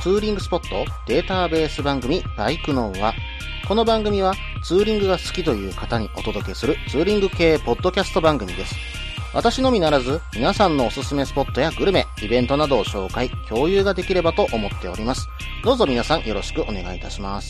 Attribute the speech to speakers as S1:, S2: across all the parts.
S1: ツーリングスポットデータベース番組バイク脳は、この番組はツーリングが好きという方にお届けするツーリング系ポッドキャスト番組です。私のみならず皆さんのおすすめスポットやグルメ、イベントなどを紹介、共有ができればと思っております。どうぞ皆さんよろしくお願いいたします。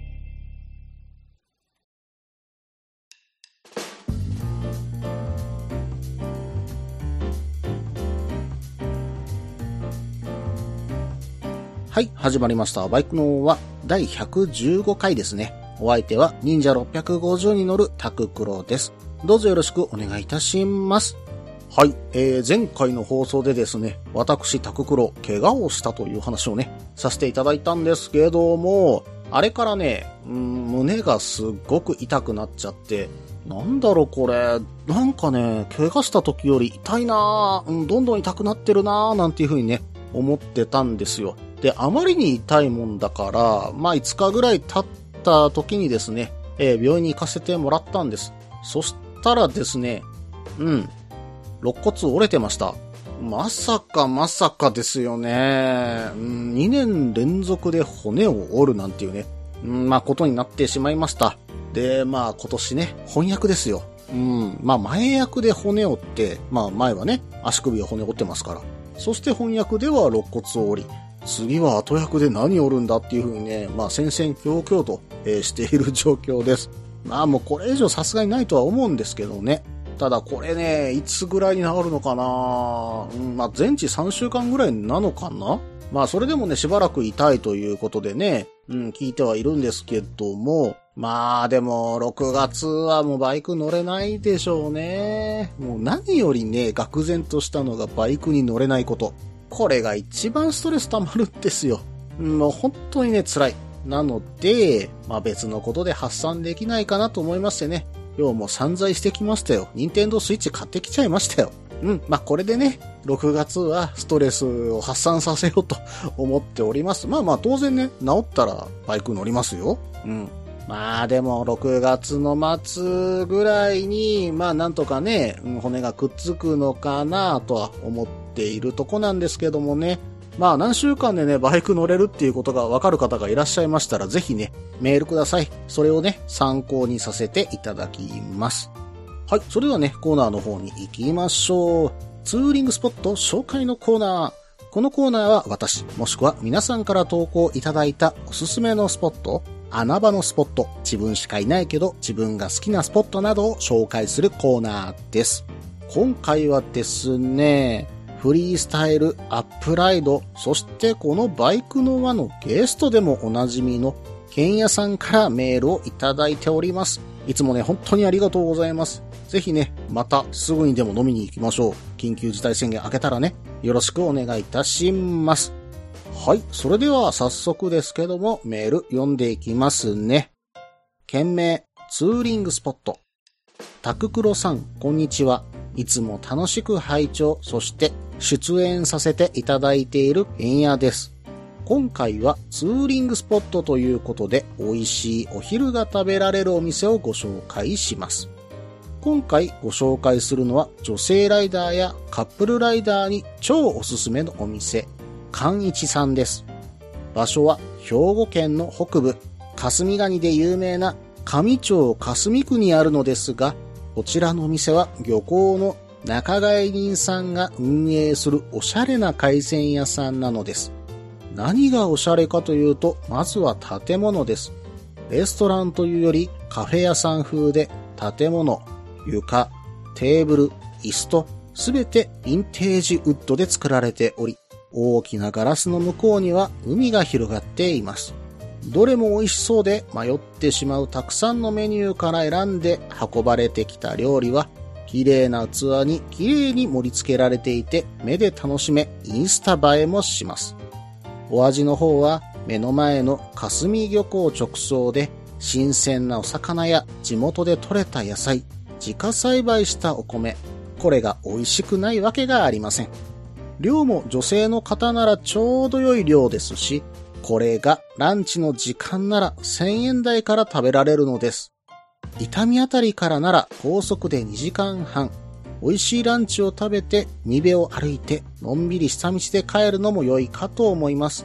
S1: はい、始まりました。バイク脳は第115回ですね。お相手は忍者650に乗るタククロです。どうぞよろしくお願いいたします。はい、前回の放送でですね、私タククロ怪我をしたという話をね、させていただいたんですけども、あれからね、胸がすっごく痛くなっちゃって、なんだろうこれ、なんかね、怪我した時より痛いなぁ、どんどん痛くなってるなぁ、なんていう風にね、思ってたんですよ。で、あまりに痛いもんだから、5日ぐらい経った時にですね、病院に行かせてもらったんです。そしたらですね、肋骨折れてました。まさかですよね。2年連続で骨を折るなんていうね、ことになってしまいました。で、今年ね、翻訳ですよ。前役で骨折って、前はね、足首は骨折ってますから。そして翻訳では肋骨を折り、次は後役で何折るんだっていう風にね、戦々恐々と、している状況です。もうこれ以上さすがにないとは思うんですけどね。ただこれね、いつぐらいに治るのかな、全治3週間ぐらいなのかな。それでもね、しばらく痛いということでね、聞いてはいるんですけども、でも6月はもうバイク乗れないでしょうね。もう何よりね、愕然としたのがバイクに乗れないこと。これが一番ストレス溜まるんですよ。もう本当にね、辛い。なので、別のことで発散できないかなと思いましてね。今日も散財してきましたよ。ニンテンドースイッチ買ってきちゃいましたよ。これでね、6月はストレスを発散させようと思っております。当然ね、治ったらバイク乗りますよ。でも6月の末ぐらいに、なんとかね、骨がくっつくのかなとは思っているとこなんですけどもね。何週間でね、バイク乗れるっていうことがわかる方がいらっしゃいましたら、ぜひね、メールください。それをね、参考にさせていただきます。はい、それではね、コーナーの方に行きましょう。ツーリングスポット紹介のコーナー。このコーナーは私、もしくは皆さんから投稿いただいたおすすめのスポット、穴場のスポット、自分しかいないけど自分が好きなスポットなどを紹介するコーナーです。今回はですね、フリースタイル、アップライド、そしてこのバイクの輪のゲストでもおなじみのケンヤさんからメールをいただいております。いつもね、本当にありがとうございます。ぜひね、またすぐにでも飲みに行きましょう。緊急事態宣言明けたらね、よろしくお願いいたします。はい、それでは早速ですけどもメール読んでいきますね。件名、ツーリングスポット。タククロさん、こんにちは。いつも楽しく拝聴、そして出演させていただいているエンヤです。今回はツーリングスポットということで、美味しいお昼が食べられるお店をご紹介します。今回ご紹介するのは女性ライダーやカップルライダーに超おすすめのお店、寛一さんです。場所は兵庫県の北部、霞ヶ関で有名な上町霞区にあるのですが、こちらのお店は漁港の仲買人さんが運営するおしゃれな海鮮屋さんなのです。何がおしゃれかというと、まずは建物です。レストランというよりカフェ屋さん風で、建物、床、テーブル、椅子とすべてヴィンテージウッドで作られており、大きなガラスの向こうには海が広がっています。どれも美味しそうで迷ってしまうたくさんのメニューから選んで運ばれてきた料理は、綺麗な器に綺麗に盛り付けられていて、目で楽しめインスタ映えもします。お味の方は目の前の霞漁港直送で、新鮮なお魚や地元で採れた野菜、自家栽培したお米、これが美味しくないわけがありません。量も女性の方ならちょうど良い量ですし、これがランチの時間なら1000円台から食べられるのです。伊丹あたりからなら高速で2時間半、美味しいランチを食べて海辺を歩いてのんびり下道で帰るのも良いかと思います。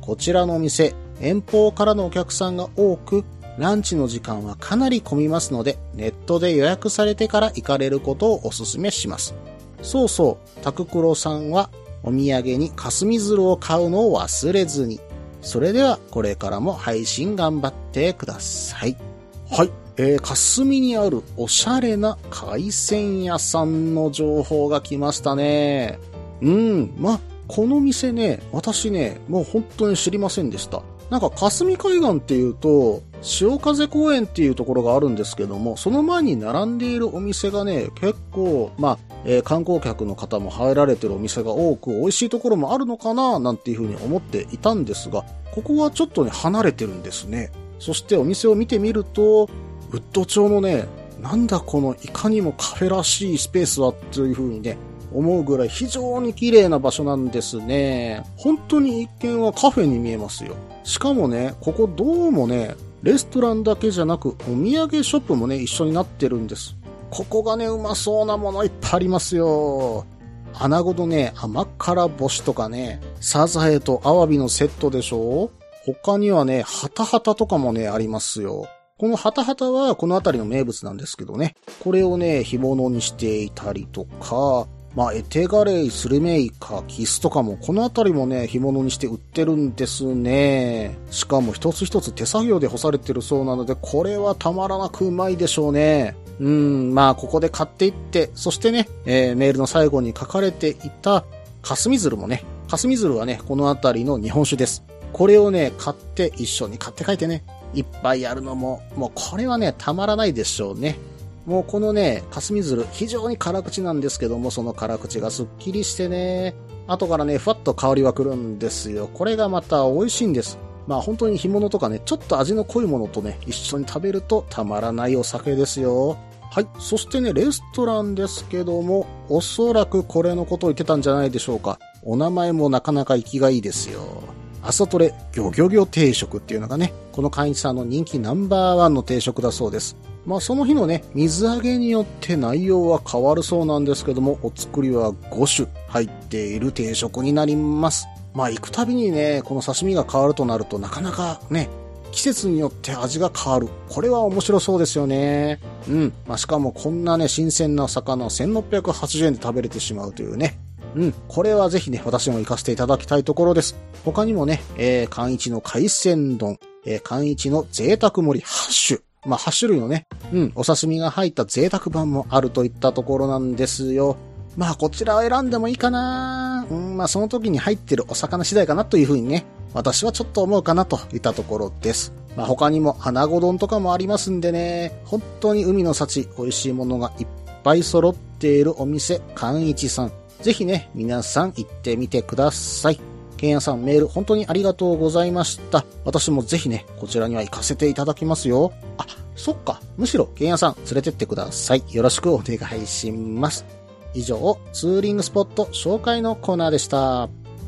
S1: こちらのお店、遠方からのお客さんが多く、ランチの時間はかなり混みますので、ネットで予約されてから行かれることをお勧めします。そうそう、タククロさんはお土産に霞鶴を買うのを忘れずに。それではこれからも配信頑張ってください。はい。霞にあるおしゃれな海鮮屋さんの情報が来ましたね。この店ね、私ね、もう本当に知りませんでした。なんか霞海岸っていうと、潮風公園っていうところがあるんですけども、その前に並んでいるお店がね、結構、観光客の方も入られてるお店が多く、美味しいところもあるのかな、なんていうふうに思っていたんですが、ここはちょっとね、離れてるんですね。そしてお店を見てみると、ウッド調のね、なんだこのいかにもカフェらしいスペースはというふうにね、思うぐらい非常に綺麗な場所なんですね。本当に一見はカフェに見えますよ。しかもね、ここどうもね、レストランだけじゃなくお土産ショップもね、一緒になってるんです。ここがね、うまそうなものいっぱいありますよ。穴子のね、甘辛干しとかね、サザエとアワビのセットでしょ。他にはね、ハタハタとかもね、ありますよ。このハタハタはこの辺りの名物なんですけどね。これをね、干物にしていたりとか、エテガレイ、スルメイカ、キスとかもこの辺りもね、干物にして売ってるんですね。しかも一つ一つ手作業で干されてるそうなので、これはたまらなくうまいでしょうね。ここで買っていって、そしてね、メールの最後に書かれていた霞鶴もね、霞鶴はね、この辺りの日本酒です。これをね、一緒に買って帰ってね、いっぱいやるのも、もうこれはね、たまらないでしょうね。もうこのね、霞鶴、非常に辛口なんですけども、その辛口がすっきりしてね、後からね、ふわっと香りは来るんですよ。これがまた美味しいんです。本当に干物とかね、ちょっと味の濃いものとね、一緒に食べるとたまらないお酒ですよ。はい。そしてね、レストランですけども、おそらくこれのことを言ってたんじゃないでしょうか。お名前もなかなか生きがいいですよ。朝トレギョギョギョ定食っていうのがね、この会員さんの人気ナンバーワンの定食だそうです。その日のね、水揚げによって内容は変わるそうなんですけども、お作りは5種入っている定食になります。行くたびにね、この刺身が変わるとなるとなかなかね、季節によって味が変わる。これは面白そうですよね。しかもこんなね、新鮮な魚1680円で食べれてしまうというね。これはぜひね、私も行かせていただきたいところです。他にもね、関一の海鮮丼、関一の贅沢盛り8種。8種類のね、お刺身が入った贅沢版もあるといったところなんですよ。こちらを選んでもいいかな。その時に入ってるお魚次第かなというふうにね、私はちょっと思うかなといったところです。他にも穴子丼とかもありますんでね、本当に海の幸、美味しいものがいっぱい揃っているお店、関一さん。ぜひね、皆さん行ってみてください。ケンヤさんメール本当にありがとうございました。私もぜひね、こちらには行かせていただきますよ。そっか。むしろケンヤさん連れてってください。よろしくお願いします。以上、ツーリングスポット紹介のコーナーでした。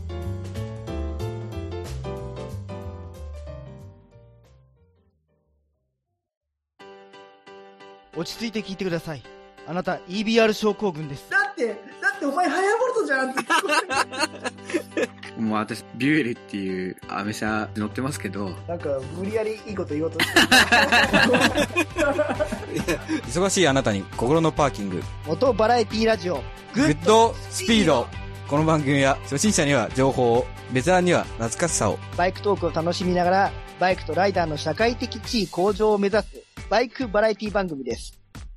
S2: 落ち着いて聞いてください。あなた EBR 症候群です。
S3: だってお前ハヤボルトじゃんって
S4: もう私ビュエルっていうアメ車乗ってますけど、
S3: なんか無理やりいいこと言おうとして
S5: 忙しいあなたに心のパーキング、
S2: 元バラエティラジオ
S5: グッドスピード。この番組は初心者には情報を、ベテランには懐かしさを、
S2: バイクトークを楽しみながらバイクとライダーの社会的地位向上を目指すバイクバラエティ番組です。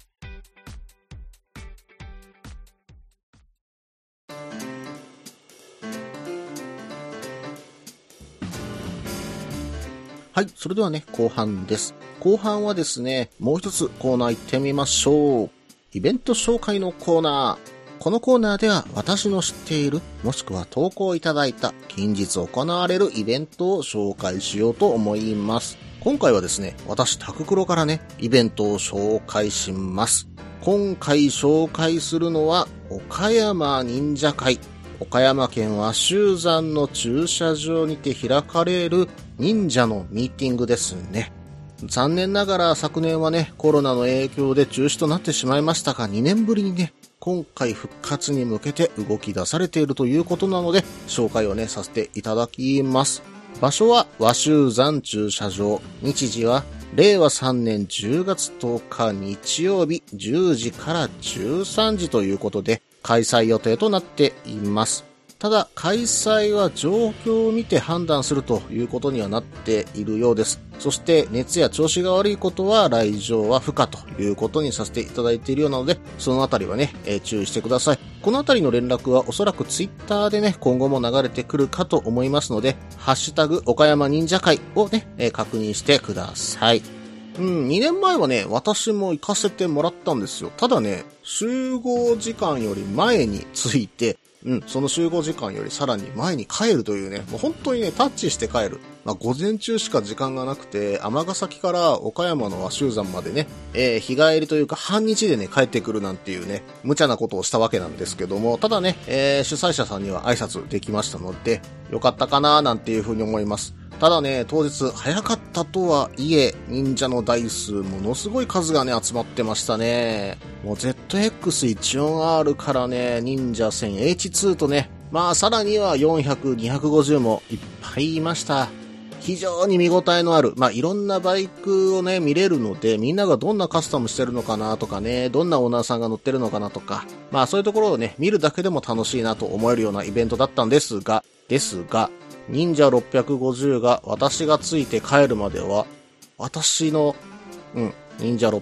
S1: はい、それではね、後半です。後半はですね、もう一つコーナー行ってみましょう。イベント紹介のコーナー。このコーナーでは私の知っている、もしくは投稿いただいた近日行われるイベントを紹介しようと思います。今回はですね、私タククロからね、イベントを紹介します。今回紹介するのは岡山忍者会。岡山県和州山の駐車場にて開かれる忍者のミーティングですね。残念ながら昨年はね、コロナの影響で中止となってしまいましたが、2年ぶりにね、今回復活に向けて動き出されているということなので、紹介をね、させていただきます。 場所は和州山駐車場。日時は令和3年10月10日日曜日10時から13時ということで開催予定となっています。ただ、開催は状況を見て判断するということにはなっているようです。そして、熱や調子が悪いことは来場は不可ということにさせていただいているようなので、そのあたりはね、注意してください。このあたりの連絡はおそらくツイッターでね、今後も流れてくるかと思いますので、ハッシュタグ岡山忍者会をね、確認してください。2年前はね、私も行かせてもらったんですよ。ただね、集合時間より前に着いて、その集合時間よりさらに前に帰るというね、もう本当にね、タッチして帰る。午前中しか時間がなくて、尼崎から岡山の和州山までね、日帰りというか半日でね、帰ってくるなんていうね、無茶なことをしたわけなんですけども、ただね、主催者さんには挨拶できましたので、よかったかななんていうふうに思います。ただね、当日早かったとはいえ、忍者の台数ものすごい数がね、集まってましたね。もう ZX14R からね、忍者1000 H2 とね、さらには400、250もいっぱいいました。非常に見応えのある、いろんなバイクをね、見れるので、みんながどんなカスタムしてるのかなとかね、どんなオーナーさんが乗ってるのかなとか、そういうところをね、見るだけでも楽しいなと思えるようなイベントだったんですが、忍者650が私がついて帰るまでは、私の、忍者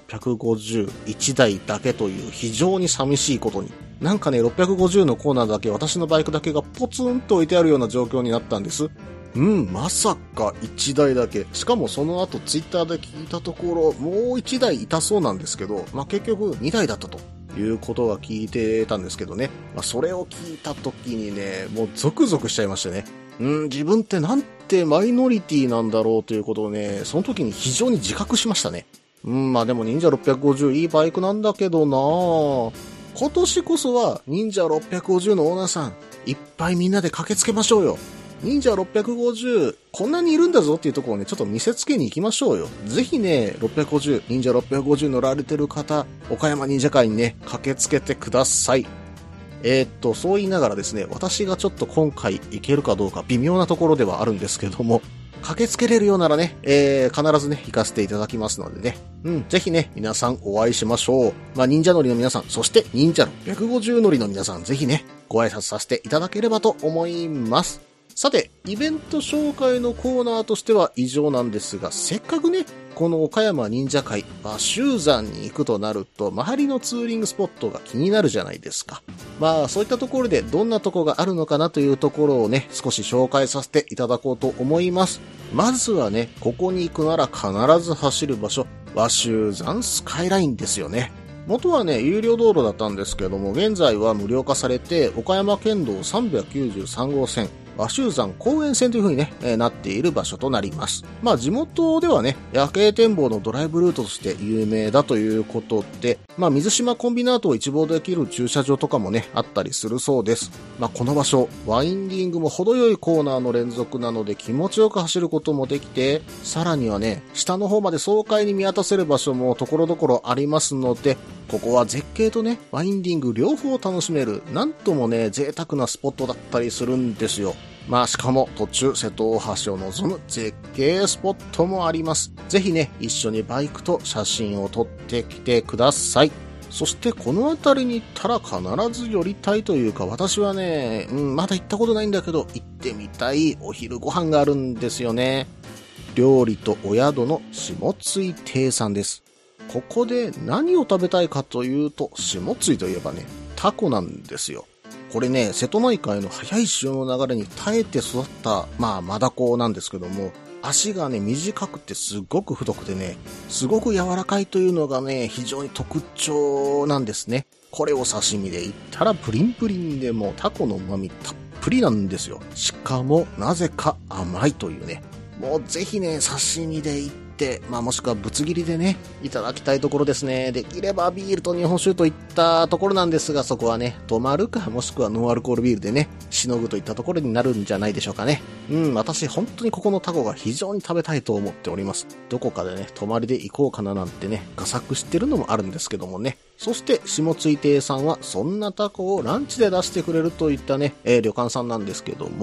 S1: 651台だけという非常に寂しいことに。なんかね、650のコーナーだけ私のバイクだけがポツンと置いてあるような状況になったんです。まさか1台だけ。しかもその後ツイッターで聞いたところ、もう1台いたそうなんですけど、結局2台だったということが聞いてたんですけどね。それを聞いた時にね、もうゾクゾクしちゃいましたね。自分ってなんてマイノリティなんだろうということをね、その時に非常に自覚しましたね。でも忍者650いいバイクなんだけどな今年こそは忍者650のオーナーさん、いっぱいみんなで駆けつけましょうよ。忍者650、こんなにいるんだぞっていうところをね、ちょっと見せつけに行きましょうよ。ぜひね、忍者650乗られてる方、岡山忍者会にね、駆けつけてください。そう言いながらですね、私がちょっと今回行けるかどうか微妙なところではあるんですけども、駆けつけれるようならね、必ずね、行かせていただきますのでね、ぜひね、皆さんお会いしましょう。忍者乗りの皆さん、そして忍者650乗りの皆さん、ぜひね、ご挨拶させていただければと思います。さて、イベント紹介のコーナーとしては以上なんですが、せっかくね、この岡山忍者会、和州山に行くとなると、周りのツーリングスポットが気になるじゃないですか。そういったところでどんなとこがあるのかなというところをね、少し紹介させていただこうと思います。まずはね、ここに行くなら必ず走る場所、和州山スカイラインですよね。元はね、有料道路だったんですけども、現在は無料化されて、岡山県道393号線、和州山公園線という風にね、なっている場所となります。地元ではね、夜景展望のドライブルートとして有名だということで、水島コンビナートを一望できる駐車場とかもね、あったりするそうです。この場所、ワインディングも程よいコーナーの連続なので気持ちよく走ることもできて、さらにはね、下の方まで爽快に見渡せる場所も所々ありますので、ここは絶景とね、ワインディング両方楽しめる、なんともね、贅沢なスポットだったりするんですよ。しかも途中瀬戸大橋を望む絶景スポットもあります。ぜひね、一緒にバイクと写真を撮ってきてください。そしてこの辺りに行ったら必ず寄りたいというか、私はね、まだ行ったことないんだけど、行ってみたいお昼ご飯があるんですよね。料理とお宿の下津井亭さんです。ここで何を食べたいかというと、下津井といえばね、タコなんですよ。これね、瀬戸内海の速い潮の流れに耐えて育った、マダコなんですけども、足がね、短くてすごく太くてね、すごく柔らかいというのがね、非常に特徴なんですね。これを刺身でいったらプリンプリンでもタコの旨味たっぷりなんですよ。しかも、なぜか甘いというね。もうぜひね、刺身でいって、もしくはぶつ切りでね、いただきたいところですね。できればビールと日本酒といったところなんですが、そこはね、泊まるかもしくはノンアルコールビールでね、しのぐといったところになるんじゃないでしょうかね。私本当にここのタコが非常に食べたいと思っております。どこかでね、泊まりで行こうかななんてね、画策してるのもあるんですけどもね。そして下津井亭さんはそんなタコをランチで出してくれるといったね、旅館さんなんですけども、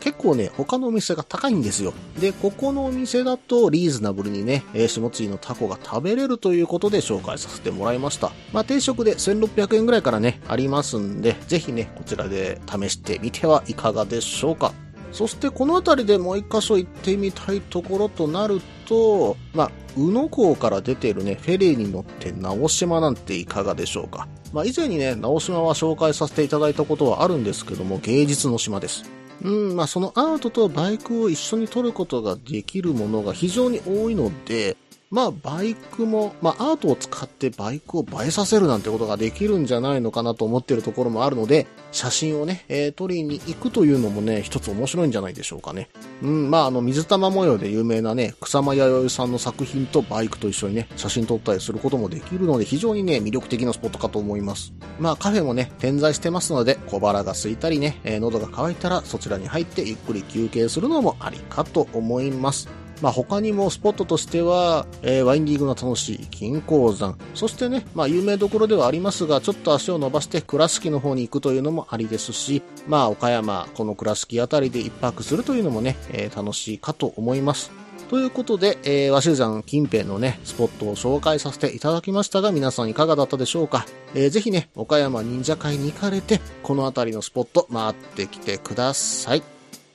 S1: 結構ね、他のお店が高いんですよ。で、ここのお店だとリーズナブルにね、下津井のタコが食べれるということで紹介させてもらいました。定食で1600円ぐらいからね、ありますんで、ぜひね、こちらで試してみてはいかがでしょうか。そしてこの辺りでもう一箇所行ってみたいところとなると、宇野港から出ているね、フェリーに乗って直島なんていかがでしょうか。以前にね、直島は紹介させていただいたことはあるんですけども、芸術の島です。そのアートとバイクを一緒に撮ることができるものが非常に多いので、バイクも、アートを使ってバイクを映えさせるなんてことができるんじゃないのかなと思っているところもあるので、写真をね、撮りに行くというのもね、一つ面白いんじゃないでしょうかね。水玉模様で有名なね、草間彌生さんの作品とバイクと一緒にね、写真撮ったりすることもできるので、非常にね、魅力的なスポットかと思います。カフェもね、点在してますので、小腹が空いたりね、喉が渇いたらそちらに入ってゆっくり休憩するのもありかと思います。他にもスポットとしては、ワインディングの楽しい金鉱山、そしてね、有名どころではありますが、ちょっと足を伸ばして倉敷の方に行くというのもありですし、岡山、この倉敷あたりで一泊するというのもね、楽しいかと思います。ということで、和州山近辺のね、スポットを紹介させていただきましたが、皆さんいかがだったでしょうか。ぜひね、岡山忍者会に行かれて、このあたりのスポット回ってきてください。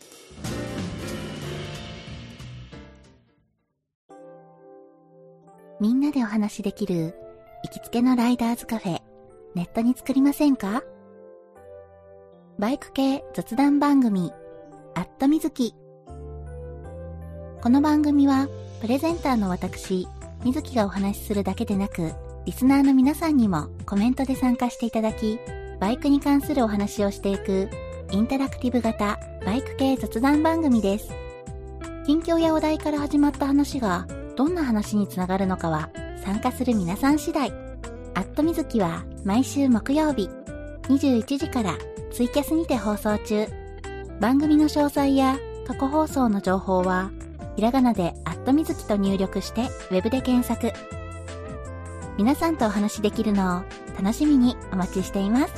S6: みんなでお話しできる行きつけのライダーズカフェ、ネットに作りませんか？バイク系雑談番組、みずき。この番組はプレゼンターの私、みずきがお話しするだけでなく、リスナーの皆さんにもコメントで参加していただき、バイクに関するお話をしていくインタラクティブ型バイク系雑談番組です。近況やお題から始まった話がどんな話につながるのかは参加する皆さん次第。みずきは毎週木曜日21時からツイキャスにて放送中。番組の詳細や過去放送の情報はひらがなでみずきと入力してウェブで検索。皆さんとお話しできるのを楽しみにお待ちしています。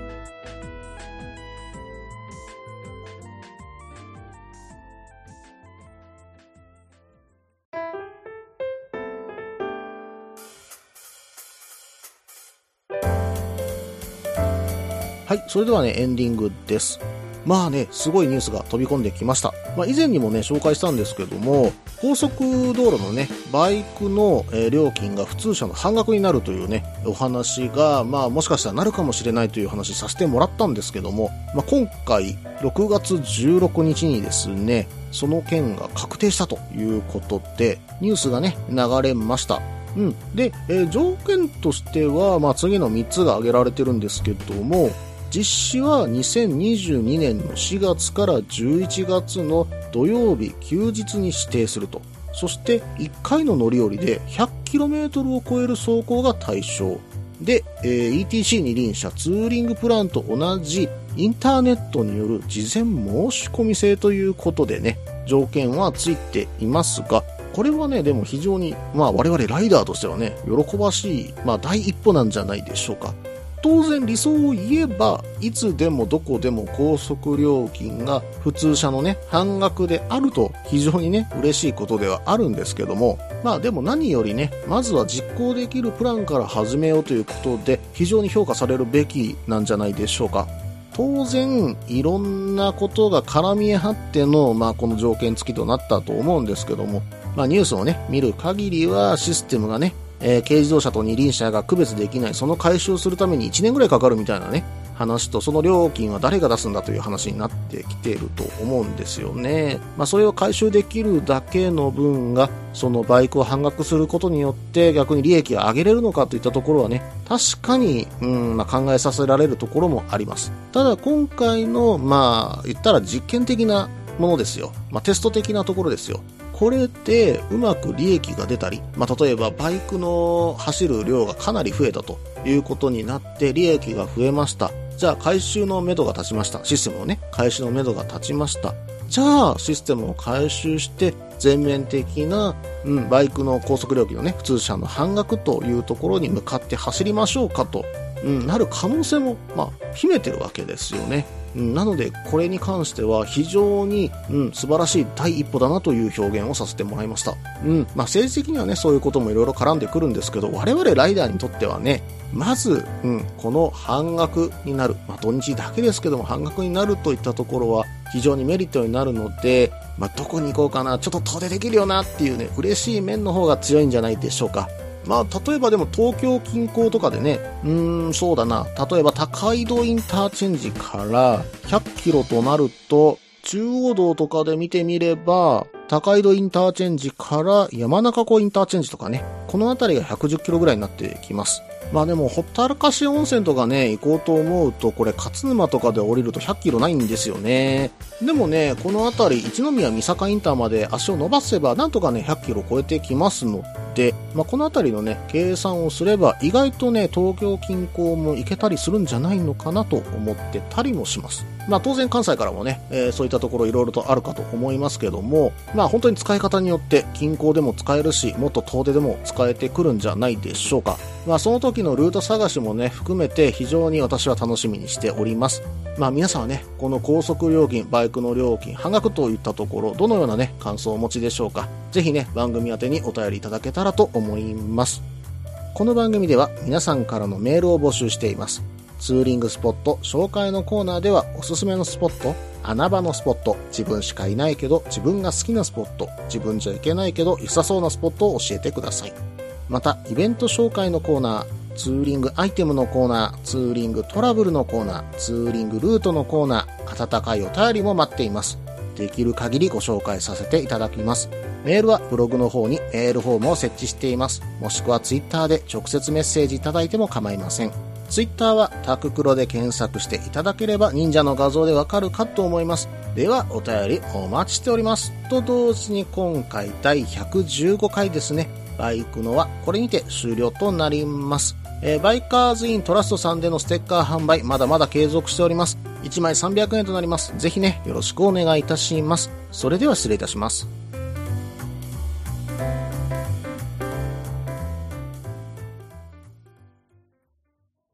S1: はい、それではね、エンディングです。すごいニュースが飛び込んできました。以前にもね、紹介したんですけども、高速道路のね、バイクの料金が普通車の半額になるというね、お話が、もしかしたらなるかもしれないという話させてもらったんですけども、今回、6月16日にですね、その件が確定したということで、ニュースがね、流れました。で、条件としては、次の3つが挙げられてるんですけども、実施は2022年の4月から11月の土曜日休日に指定すると。そして1回の乗り降りで 100km を超える走行が対象で、ETC 二輪車ツーリングプランと同じインターネットによる事前申し込み制ということでね、条件はついていますが、これはね、でも非常に我々ライダーとしてはね、喜ばしい第一歩なんじゃないでしょうか。当然理想を言えば、いつでもどこでも高速料金が普通車のね、半額であると非常にね、嬉しいことではあるんですけども、でも何よりね、まずは実行できるプランから始めようということで、非常に評価されるべきなんじゃないでしょうか。当然、いろんなことが絡み合っての、この条件付きとなったと思うんですけども、ニュースをね、見る限りはシステムがね、軽自動車と二輪車が区別できない、その解消するために1年ぐらいかかるみたいなね、話と、その料金は誰が出すんだという話になってきていると思うんですよね。それを回収できるだけの分が、そのバイクを半額することによって逆に利益を上げれるのかといったところはね、確かに、考えさせられるところもあります。ただ今回の、言ったら実験的なものですよ。テスト的なところですよ。これでうまく利益が出たり、例えばバイクの走る量がかなり増えたということになって利益が増えました。じゃあ回収の目処が立ちました。システムのね、回収の目処が立ちました。じゃあシステムを回収して全面的な、バイクの高速料金のね、普通車の半額というところに向かって走りましょうかと、なる可能性も、秘めてるわけですよね。 なので、これに関しては非常に、素晴らしい第一歩だなという表現をさせてもらいました。政治的にはね、そういうこともいろいろ絡んでくるんですけど、我々ライダーにとってはね、まず、この半額になる、土日だけですけども半額になるといったところは非常にメリットになるので、どこに行こうかな、ちょっと遠出できるよなっていうね、嬉しい面の方が強いんじゃないでしょうか。例えばでも東京近郊とかでね、そうだな、例えば高井戸インターチェンジから100キロとなると、中央道とかで見てみれば、高井戸インターチェンジから山中湖インターチェンジとかね、この辺りが110キロぐらいになってきます。でも、ほったらかし温泉とかね、行こうと思うと、これ、勝沼とかで降りると100キロないんですよね。でもね、この辺り、一宮三坂インターまで足を伸ばせば、なんとかね、100キロ超えてきますので、この辺りのね、計算をすれば、意外とね、東京近郊も行けたりするんじゃないのかなと思ってたりもします。当然関西からもね、そういったところいろいろとあるかと思いますけども、本当に使い方によって、近郊でも使えるし、もっと遠出でも使えてくるんじゃないでしょうか。その時のルート探しもね、含めて非常に私は楽しみにしております。皆さんはね、この高速料金、バイクの料金、半額といったところ、どのようなね、感想をお持ちでしょうか。ぜひね、番組宛てにお便りいただけたらと思います。この番組では皆さんからのメールを募集しています。ツーリングスポット紹介のコーナーではおすすめのスポット、穴場のスポット、自分しかいないけど自分が好きなスポット、自分じゃいけないけど良さそうなスポットを教えてください。また、イベント紹介のコーナー、ツーリングアイテムのコーナー、ツーリングトラブルのコーナー、ツーリングルートのコーナー、温かいお便りも待っています。できる限りご紹介させていただきます。メールはブログの方にメールフォームを設置しています。もしくはツイッターで直接メッセージいただいても構いません。ツイッターはタククロで検索していただければ忍者の画像でわかるかと思います。ではお便りお待ちしております。と同時に今回第115回ですね。バイクのはこれにて終了となります。バイカーズイントラストさんでのステッカー販売まだまだ継続しております。1枚300円となります。ぜひね、よろしくお願いいたします。それでは失礼いたします。